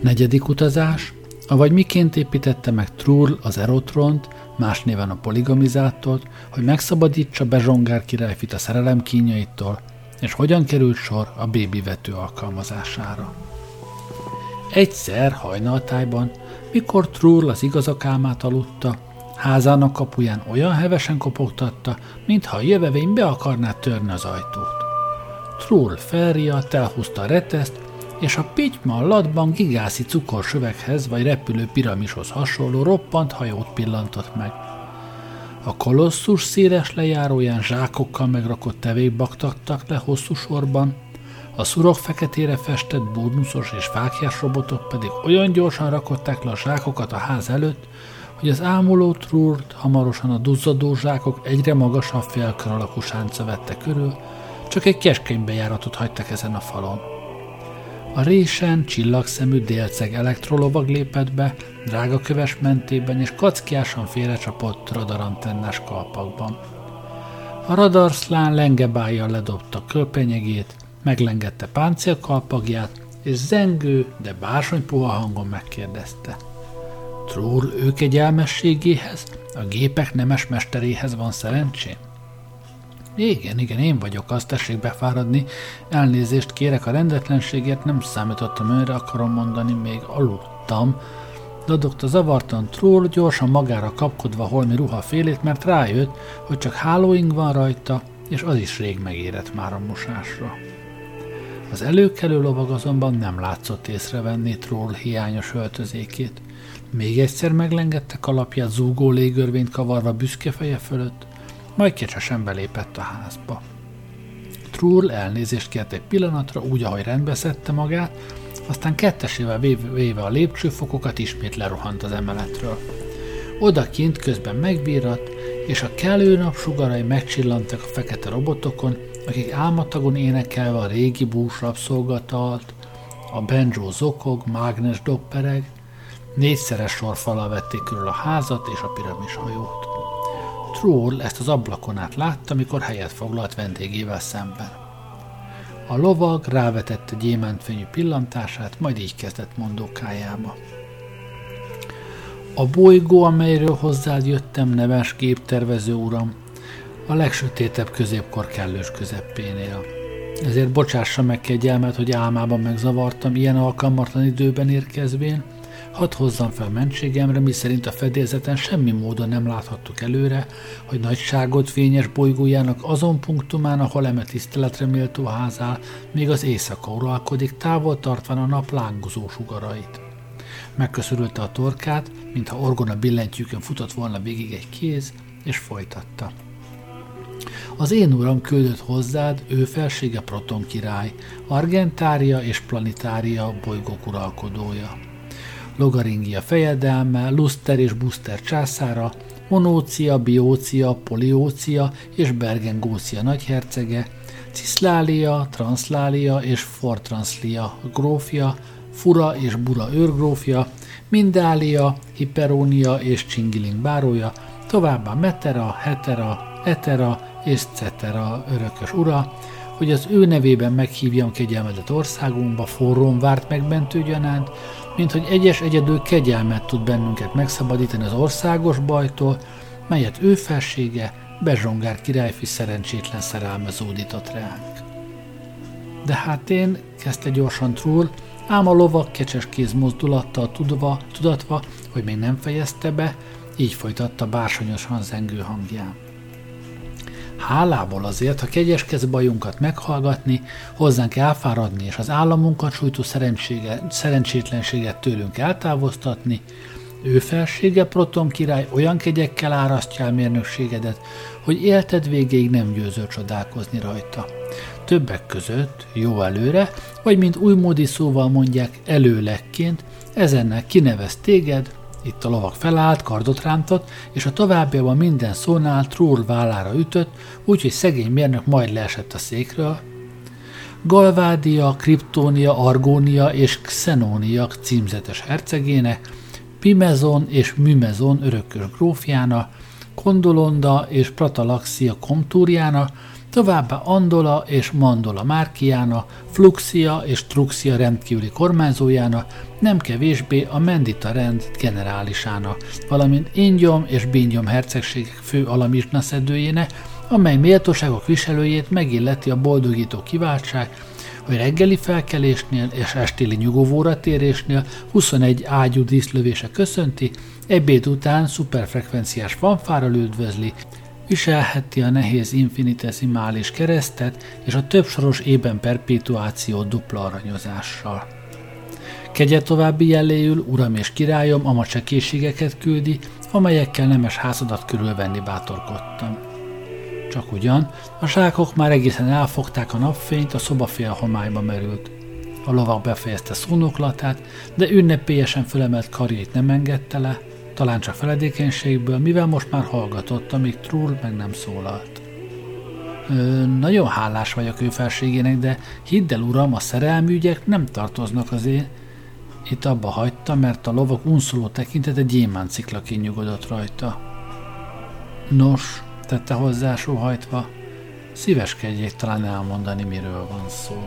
Negyedik utazás, avagy miként építette meg Trull az Erotront, más néven a poligamizátort, hogy megszabadítsa Bezsongár királyfit a szerelem kínjaitól, és hogyan került sor a bébivető alkalmazására. Egyszer hajnaltájban, mikor Trull az igazak álmát aludta, házának kapuján olyan hevesen kopogtatta, mintha a jövevény be akarná törni az ajtót. Trull felriadt, elhúzta a reteszt, és a pityma latban gigászi cukorsövekhez vagy repülő piramishoz hasonló roppant hajót pillantott meg. A kolosszus széles lejáróján zsákokkal megrakott tevék baktattak le hosszú sorban, a szurok feketére festett burnuszos és fáklyás robotok pedig olyan gyorsan rakották le a zsákokat a ház előtt, hogy az ámuló Trullt hamarosan a duzzadó zsákok egyre magasabb félkör alakú sánca vette körül, csak egy keskeny bejáratot hagytak ezen a falon. A résen csillagszemű délceg elektrolovag lépett be, drágaköves mentében és kackiásan félrecsapott radarantennás kalpakban. A radarszlán lengebájjal ledobta a kölpenyegét, meglengette páncélkalpagját, és zengő, de bársonypuha hangon megkérdezte. Trull őkegyelmességéhez, a gépek nemes mesteréhez van szerencsém? Igen, igen, én vagyok, azt tessék befáradni, elnézést kérek a rendetlenségért, nem számítottam önre, akarom mondani, még aludtam. Dadogta zavartan Trull, gyorsan magára kapkodva holmi ruha félét, mert rájött, hogy csak hálóing van rajta, és az is rég megérett már a mosásra. Az előkelő lovag azonban nem látszott észrevenni Trull hiányos öltözékét. Még egyszer meglengette kalapját zúgó légörvényt kavarva büszke feje fölött, majd kecsesen belépett a házba. Trull elnézést kért egy pillanatra, úgy, ahogy rendbe szedte magát, aztán kettesével véve a lépcsőfokokat ismét lerohant az emeletről. Odakint közben megbíratt, és a kellő napsugarai megcsillantak a fekete robotokon, akik álmatagon énekelve a régi bús rabszolgatalt, a banjo zokog, mágnes doppereg, négyszeres sorfallal vették körül a házat és a piramishajót. Trull ezt az ablakon át látta, amikor helyet foglalt vendégével szemben. A lovag rávetette gyémántfényű pillantását, majd így kezdett mondókájába. A bolygó, amelyről hozzád jöttem, neves géptervező uram, a legsötétebb középkor kellős közepénél. Ezért bocsássa meg kegyelmet, hogy álmában megzavartam, ilyen alkalmatlan időben érkezvén, hadd hozzam fel mentségemre, miszerint a fedélzeten semmi módon nem láthattuk előre, hogy nagyságod fényes bolygójának azon punktumán, ahol eme tiszteletre méltó ház áll, még az éjszaka uralkodik, távol tartván a nap lángozó sugarait. Megköszörülte a torkát, mintha orgona billentyűkön futott volna végig egy kéz, és folytatta. Az én uram küldött hozzád, ő felsége Proton király, Argentária és Planetária bolygók uralkodója. Logaringia fejedelme, Luster és Buster császára, Onócia, Biócia, Poliócia és Bergengócia nagyhercege, Ciszlália, Transzlália és Fortranszlia grófja, Fura és Bura őrgrófja, Mindália, Hiperónia és Csingiling bárója, továbbá Metera, Hetera, Etera és Cetera örökös ura, hogy az ő nevében meghívjam kegyelmedet országunkba, forrón várt megmentő gyanánt, mint hogy egyes egyedül kegyelmet tud bennünket megszabadítani az országos bajtól, melyet ő felsége, Bezsongár királyfi szerencsétlen szerelme zúdított ránk. De hát én, kezdte gyorsan Trull, ám a lovag kecses kéz mozdulattal tudva, tudatva, hogy még nem fejezte be, így folytatta bársonyosan zengő hangján. Hálából azért, ha kegyeskedsz bajunkat meghallgatni, hozzánk elfáradni és az államunkat sújtó szerencsétlenséget tőlünk eltávoztatni, ő felsége Proton király olyan kegyekkel árasztja el mérnökségedet, hogy élted végéig nem győzöl csodálkozni rajta. Többek között, jó előre, vagy mint újmódi szóval mondják, előlegként, ezennel kinevez téged, itt a lovag felállt, kardot rántott, és a továbbiában minden szónál Trull vállára ütött, úgyhogy szegény mérnök majd leesett a székről. Galvádia, Kriptónia, Argónia és Xenónia címzetes hercegének, Pimezon és Mümezon örökös grófjána, Kondolonda és Pratalaxia komtúrjána, Továbbá Andola és Mandola Márkiána, Fluxia és Truxia rendkívüli kormányzójána, nem kevésbé a Mendita rend generálisána, valamint Ingyom és Bingyom hercegségek fő alamizsnaszedőjéne, amely méltóságok viselőjét megilleti a boldogító kiváltság, hogy reggeli felkelésnél és estéli nyugovóra térésnél huszonegy ágyú díszlövése köszönti, ebéd után szuperfrekvenciás fanfárral üdvözli, viselheti a nehéz infinitesimális keresztet és a többsoros ében perpétuáció dupla aranyozással. Kegye további jelléül, uram és királyom, amacse készségeket küldi, amelyekkel nemes házadat körülvenni bátorkodtam. Csak ugyan, a zsákok már egészen elfogták a napfényt, a szoba fél homályba merült. A lovak befejezte szónoklatát, de ünnepélyesen fölemelt karjait nem engedte le, talán csak feledékenységből, mivel most már hallgatott, amíg Trull meg nem szólalt. Ö, nagyon hálás vagyok ő felségének, de hidd el, uram, a szerelmi ügyek nem tartoznak az én. Itt abba hagyta, mert a lovak unszoló tekintete gyémánt sziklaként nyugodott rajta. Nos, tette hozzá sóhajtva, szíveskedjék talán elmondani, miről van szó.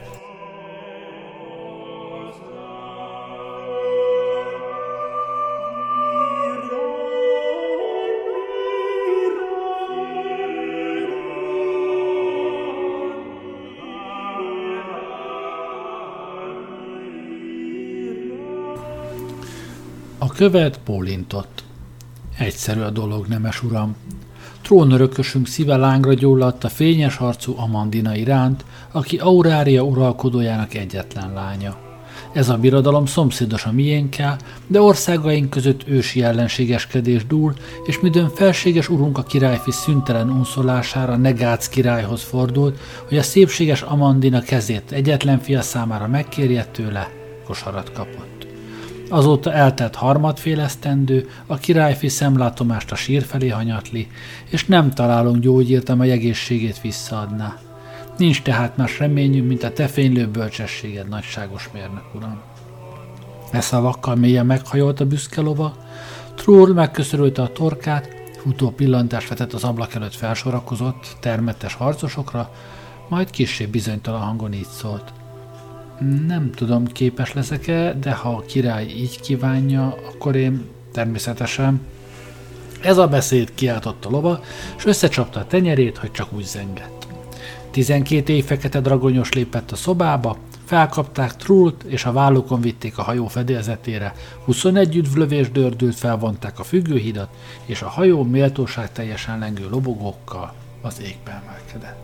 A követ bólintott. Egyszerű a dolog, nemes uram. Trónörökösünk szíve lángra gyulladt a fényes arcú Amandina iránt, aki Aurária uralkodójának egyetlen lánya. Ez a birodalom szomszédos a miénkkel, de országaink között ősi ellenségeskedés dúl, és midőn felséges urunk a királyfi szüntelen unszolására Negác királyhoz fordult, hogy a szépséges Amandina kezét egyetlen fia számára megkérje tőle, kosarat kapott. Azóta eltelt harmadfél esztendő, a királyfi szemlátomást a sír felé hanyatli, és nem találunk gyógyírt, amely egészségét visszaadná. Nincs tehát más reményünk, mint a te fénylő bölcsességed, nagyságos mérnök uram. E szavakkal mélyen meghajolt a büszke lova, Trull megköszörülte a torkát, futó pillantást vetett az ablak előtt felsorakozott, termetes harcosokra, majd kissé bizonytalan hangon így szólt. Nem tudom, képes leszek-e, de ha a király így kívánja, akkor én természetesen. Ez a beszéd kiáltott a lova, és összecsapta a tenyerét, hogy csak úgy zengett. Tizenkét éj fekete dragonyos lépett a szobába, felkapták Trullt, és a vállukon vitték a hajó fedélzetére, huszonegy üdvlövés dördült, felvonták a függőhidat, és a hajó méltóság teljesen lengő lobogókkal az égbe emelkedett.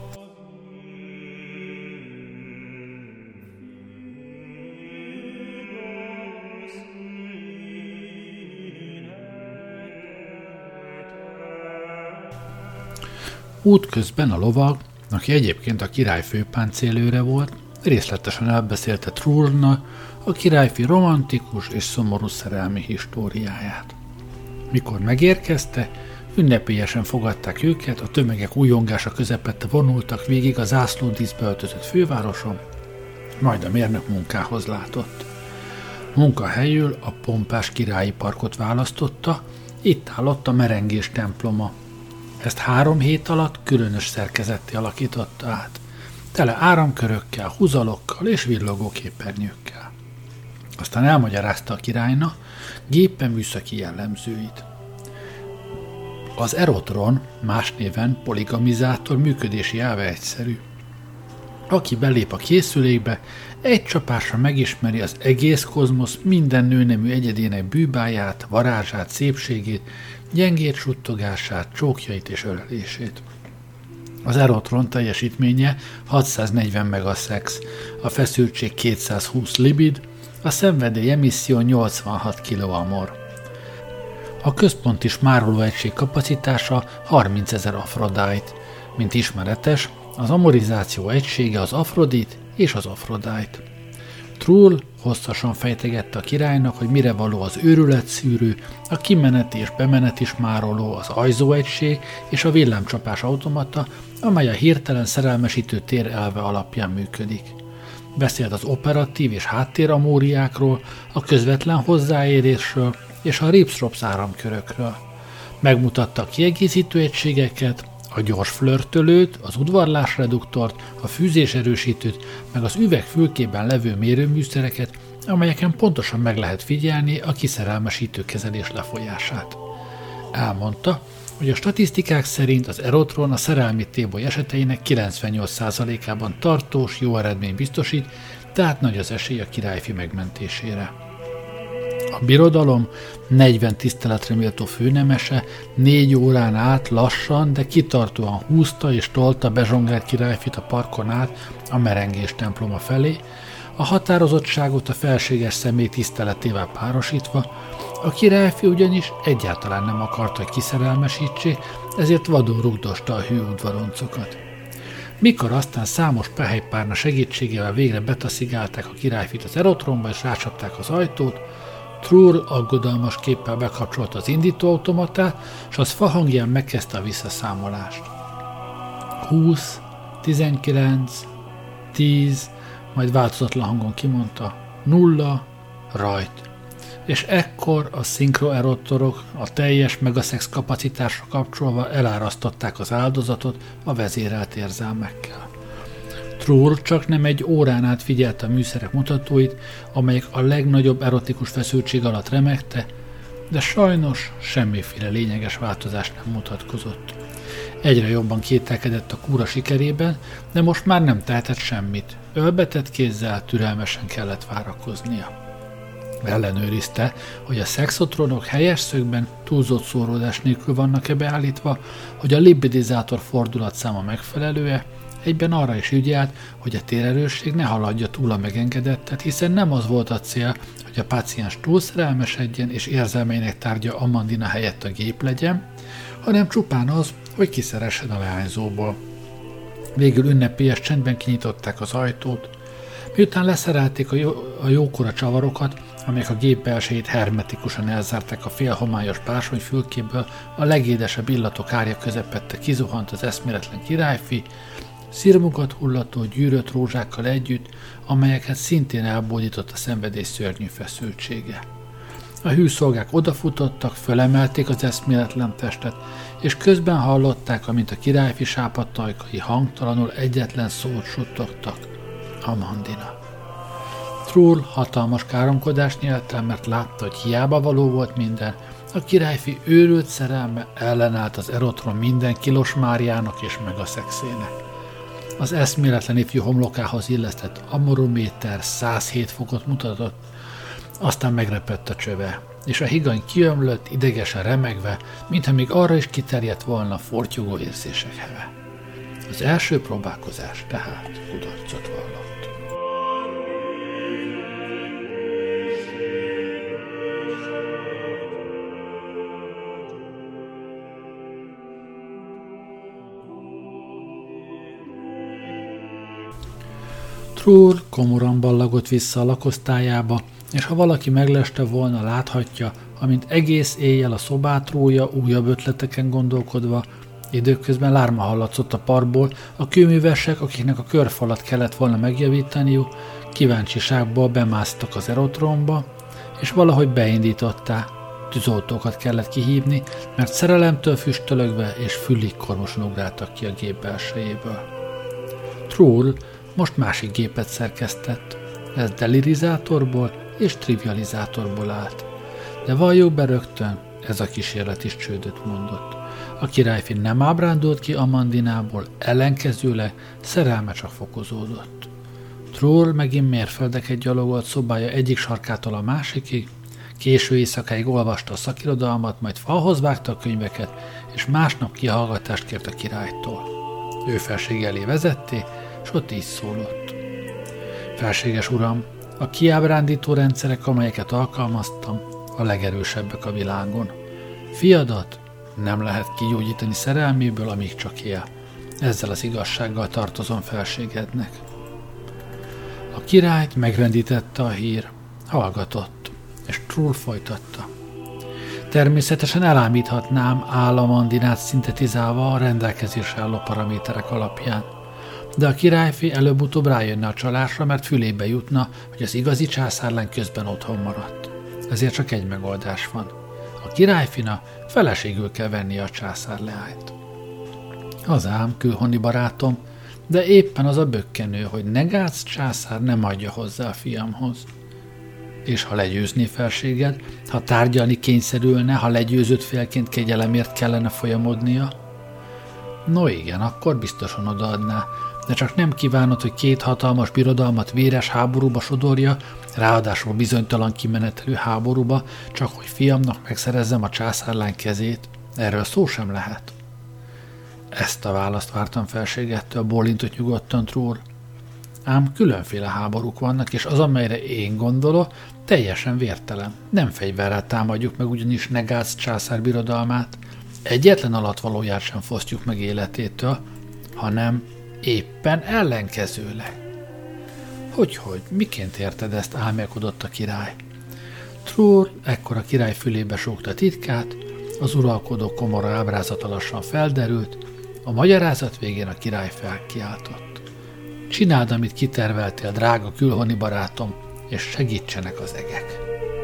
Útközben a lovag, aki egyébként a király főpáncélőre volt, részletesen elbeszélte Trullnak a királyfi romantikus és szomorú szerelmi históriáját. Mikor megérkezte, ünnepélyesen fogadták őket, a tömegek újongása közepette vonultak végig a zászlódíszbe öltözött fővároson, majd a mérnök munkához látott. Munkahelyül a pompás királyi parkot választotta, itt állott a merengés temploma. Ezt három hét alatt különös szerkezetté alakította át, tele áramkörökkel, húzalokkal és villogó képernyőkkel. Aztán elmagyarázta a királynak gépen műszaki jellemzőit. Az erotron, más néven poligamizátor működési elve egyszerű. Aki belép a készülékbe, egy csapásra megismeri az egész kozmosz minden nőnemű egyedének bűbáját, varázsát, szépségét, gyengét suttogását, csókjait és ölelését. Az erotron teljesítménye hatszáznegyven megaszex, a feszültség kétszázhúsz libid, a szenvedély emisszió nyolcvanhat kiloamor. A központi smárolóegység kapacitása harmincezer Aphrodite. Mint ismeretes, az amorizáció egysége az Aphrodit és az Aphrodite. Trull hosszasan fejtegette a királynak, hogy mire való az őrületszűrő, a kimeneti és bemeneti smároló, az ajzóegység és a villámcsapás automata, amely a hirtelen szerelmesítő tér elve alapján működik. Beszélt az operatív és háttéramóriákról, a közvetlen hozzáérésről és a ripstrops áramkörökről. Megmutatta a kiegészítő egységeket, A gyors flörtölőt, az udvarlásreduktort, a fűzéserősítőt, meg az üveg fülkében levő mérőműszereket, amelyeken pontosan meg lehet figyelni a kiszerelmesítő kezelés lefolyását. Elmondta, hogy a statisztikák szerint az Erotron a szerelmi téboly eseteinek kilencvennyolc százalékában tartós, jó eredmény biztosít, tehát nagy az esély a királyfi megmentésére. A birodalom negyven tiszteletre méltó főnemese négy órán át lassan, de kitartóan húzta és tolta bezsongrált királyfit a parkon át a merengés temploma felé, a határozottságot a felséges személy tiszteletével párosítva. A királyfi ugyanis egyáltalán nem akarta, hogy kiszerelmesítsék, ezért vadul rugdosta a hű udvaroncokat. Mikor aztán számos pehelypárna segítségével végre betaszigálták a királyfit az Erotronba és rácsapták az ajtót, Trull aggodalmas képpel bekapcsolta az indítóautomatát, és az fahangján megkezdte a visszaszámolást. húsz, tizenkilenc, tíz, majd változatlan hangon kimondta, nulla, rajt. És ekkor a szinkroerottorok a teljes megaszex kapacitásra kapcsolva elárasztották az áldozatot a vezérelt érzelmekkel. Trull csak nem egy órán át figyelte a műszerek mutatóit, amelyek a legnagyobb erotikus feszültség alatt remegte, de sajnos semmiféle lényeges változás nem mutatkozott. Egyre jobban kételkedett a kúra sikerében, de most már nem tehetett semmit. Ölbetett kézzel türelmesen kellett várakoznia. Ellenőrizte, hogy a szexotronok helyes szögben túlzott szóródás nélkül vannak-e beállítva, hogy a libidizátor fordulatszáma megfelelő-e, egyben arra is ügyelt, hogy a térerősség ne haladja túl a megengedettet, hiszen nem az volt a cél, hogy a páciens túlszerelmesedjen és érzelmeinek tárgya Amandina helyett a gép legyen, hanem csupán az, hogy kiszeressen a leányzóból. Végül ünnepélyes csendben kinyitották az ajtót. Miután leszerelték a, jó, a jókora csavarokat, amelyek a gép belsejét hermetikusan elzárták a félhomályos bársonyfülkéből, a legédesebb illatok árja közepette kizuhant az eszméletlen királyfi, szirmukat hullató gyűrött rózsákkal együtt, amelyeket szintén elbódított a szenvedés szörnyű feszültsége. A hűszolgák odafutottak, fölemelték az eszméletlen testet, és közben hallották, amint a királyfi sápadtajkai hangtalanul egyetlen szót suttogtak. Amandina. Trull hatalmas káromkodást nyelt el, mert látta, hogy hiába való volt minden, a királyfi őrült szerelme ellenállt az Erotron minden kilos Máriának és megaszexének. Az eszméletlen ifjú homlokához illesztett amorométer száz hét fokot mutatott, aztán megrepett a csöve, és a higany kiömlött, idegesen remegve, mintha még arra is kiterjedt volna fortyogó érzések heve. Az első próbálkozás tehát kudarcot vallott. Trull komoran ballagott vissza a lakosztályába, és ha valaki megleste volna, láthatja, amint egész éjjel a szobát rója újabb ötleteken gondolkodva, időközben lárma hallatszott a parkból, a kőművesek, akiknek a körfalat kellett volna megjavítaniuk, kíváncsiságból bemásztak az Erotronba, és valahogy beindították. Tűzoltókat kellett kihívni, mert szerelemtől füstölögve és füllig kormosan ugráltak ki a gép belsejéből. Trull most másik gépet szerkesztett. Ez delirizátorból és trivializátorból állt. De valljuk be rögtön, ez a kísérlet is csődöt mondott. A királyfi nem ábrándult ki Amandinából, ellenkezőleg szerelme csak fokozódott. Trull megint mérföldeket gyalogolt szobája egyik sarkától a másikig, késő éjszakáig olvasta a szakirodalmat, majd falhoz vágta a könyveket, és másnap kihallgatást kért a királytól. Ő felség elé vezetté, és ott így szólott. Felséges uram, a kiábrándító rendszerek, amelyeket alkalmaztam, a legerősebbek a világon. Fiadat nem lehet kigyógyítani szerelméből, amíg csak él. Ezzel az igazsággal tartozom felségednek. A királyt megrendítette a hír, hallgatott, és Trull folytatta. Természetesen elámíthatnám Amandinát szintetizálva a rendelkezésre álló paraméterek alapján, de a királyfi előbb-utóbb rájönne a csalásra, mert fülébe jutna, hogy az igazi császárlány közben otthon maradt. Ezért csak egy megoldás van. A királyfina feleségül kell vennie a császárleányt. Az ám, külhoni barátom, de éppen az a bökkenő, hogy Negác császár nem adja hozzá a fiamhoz. És ha legyőzné felséged, ha tárgyalni kényszerülne, ha legyőzött félként kegyelemért kellene folyamodnia? No igen, akkor biztosan odaadná, de csak nem kívánod, hogy két hatalmas birodalmat véres háborúba sodorja, ráadásul bizonytalan kimenetelő háborúba, csak hogy fiamnak megszerezzem a császárlány kezét. Erről szó sem lehet. Ezt a választ vártam felségettől, bólintott nyugodtan Trúr. Ám különféle háborúk vannak, és az, amelyre én gondolok, teljesen vértelen. Nem fegyverrel támadjuk meg ugyanis Negác császár birodalmát, egyetlen alattvalóját sem fosztjuk meg életétől, hanem éppen ellenkezőleg. Hogyhogy, miként érted ezt? Álmélkodott a király. Trúr ekkor a király fülébe súgta titkát, az uralkodó komora ábrázata lassan felderült, a magyarázat végén a király felkiáltott. Csináld, amit kiterveltél, drága külhoni barátom, és segítsenek az egek.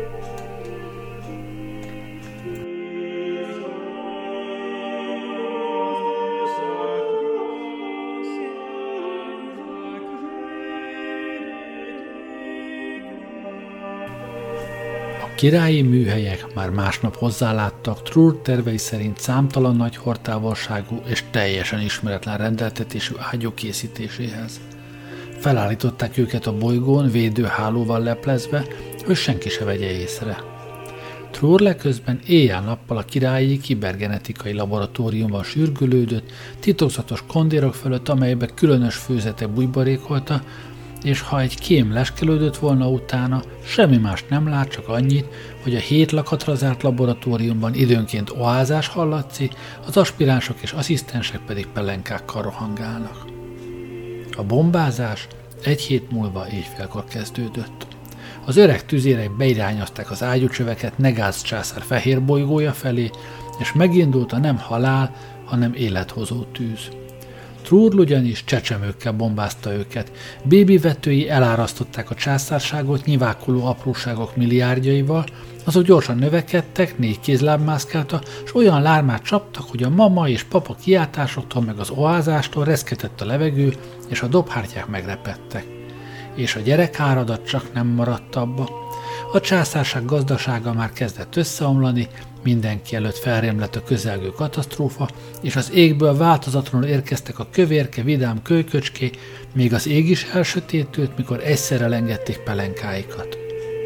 A királyi műhelyek már másnap hozzáláttak Trúr tervei szerint számtalan nagy hordtávolságú és teljesen ismeretlen rendeltetésű ágyúk készítéséhez. Felállították őket a bolygón védőhálóval leplezve, hogy senki se vegye észre. Trúr leközben éjjel-nappal a királyi kibergenetikai laboratóriumban sürgülődött, titokzatos kondérok fölött, amelybe különös főzete bujbarékolta, és ha egy kém leskelődött volna utána, semmi mást nem lát, csak annyit, hogy a hét lakatra zárt laboratóriumban időnként oázás hallatszik, az aspiránsok és asszisztensek pedig pelenkákkal rohangálnak. A bombázás egy hét múlva éjfélkor kezdődött. Az öreg tüzérek beirányozták az ágyúcsöveket Negác császár fehér bolygója felé, és megindult a nem halál, hanem élethozó tűz. Trúr ugyanis csecsemőkkel bombázta őket, bébivetői elárasztották a császárságot nyivákuló apróságok milliárdjaival, azok gyorsan növekedtek, négy kézláb mászkálta, s olyan lármát csaptak, hogy a mama és papa kiáltásoktól meg az oázástól reszketett a levegő, és a dobhártyák megrepedtek. És a gyerekáradat csak nem maradt abba. A császárság gazdasága már kezdett összeomlani, mindenki előtt felrémlett a közelgő katasztrófa, és az égből változatlanul érkeztek a kövérke, vidám kölyköcské, még az ég is elsötétült, mikor egyszerre engedték pelenkáikat.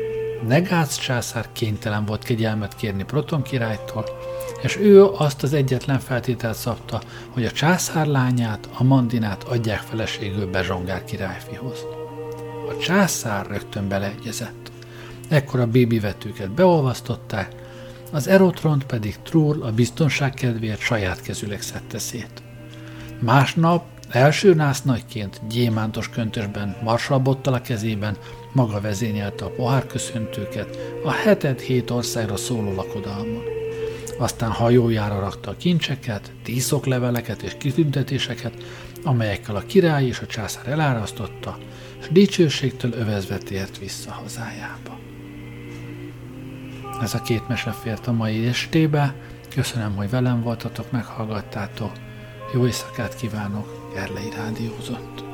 Negác császár kénytelen volt kegyelmet kérni Proton királytól, és ő azt az egyetlen feltételt szabta, hogy a császár lányát, Amandinát adják feleségül Bezsongár királyfihoz. A császár rögtön beleegyezett. Ekkor a bébivetőket beolvasztották, az Erotront pedig Trúr a biztonság kedvéért saját kezüleg szedte szét. Másnap első násznagyként gyémántos köntösben, marsalbottal a kezében maga vezényelte a pohárköszöntőket a heted hét országra szóló lakodalmon. Aztán hajójára rakta a kincseket, díszokleveleket és kitüntetéseket, amelyekkel a király és a császár elárasztotta, s dicsőségtől övezve tért vissza hazájába. Ez a két mese fért a mai estébe. Köszönöm, hogy velem voltatok, meghallgattátok. Jó éjszakát kívánok, Gerlei rádiózott.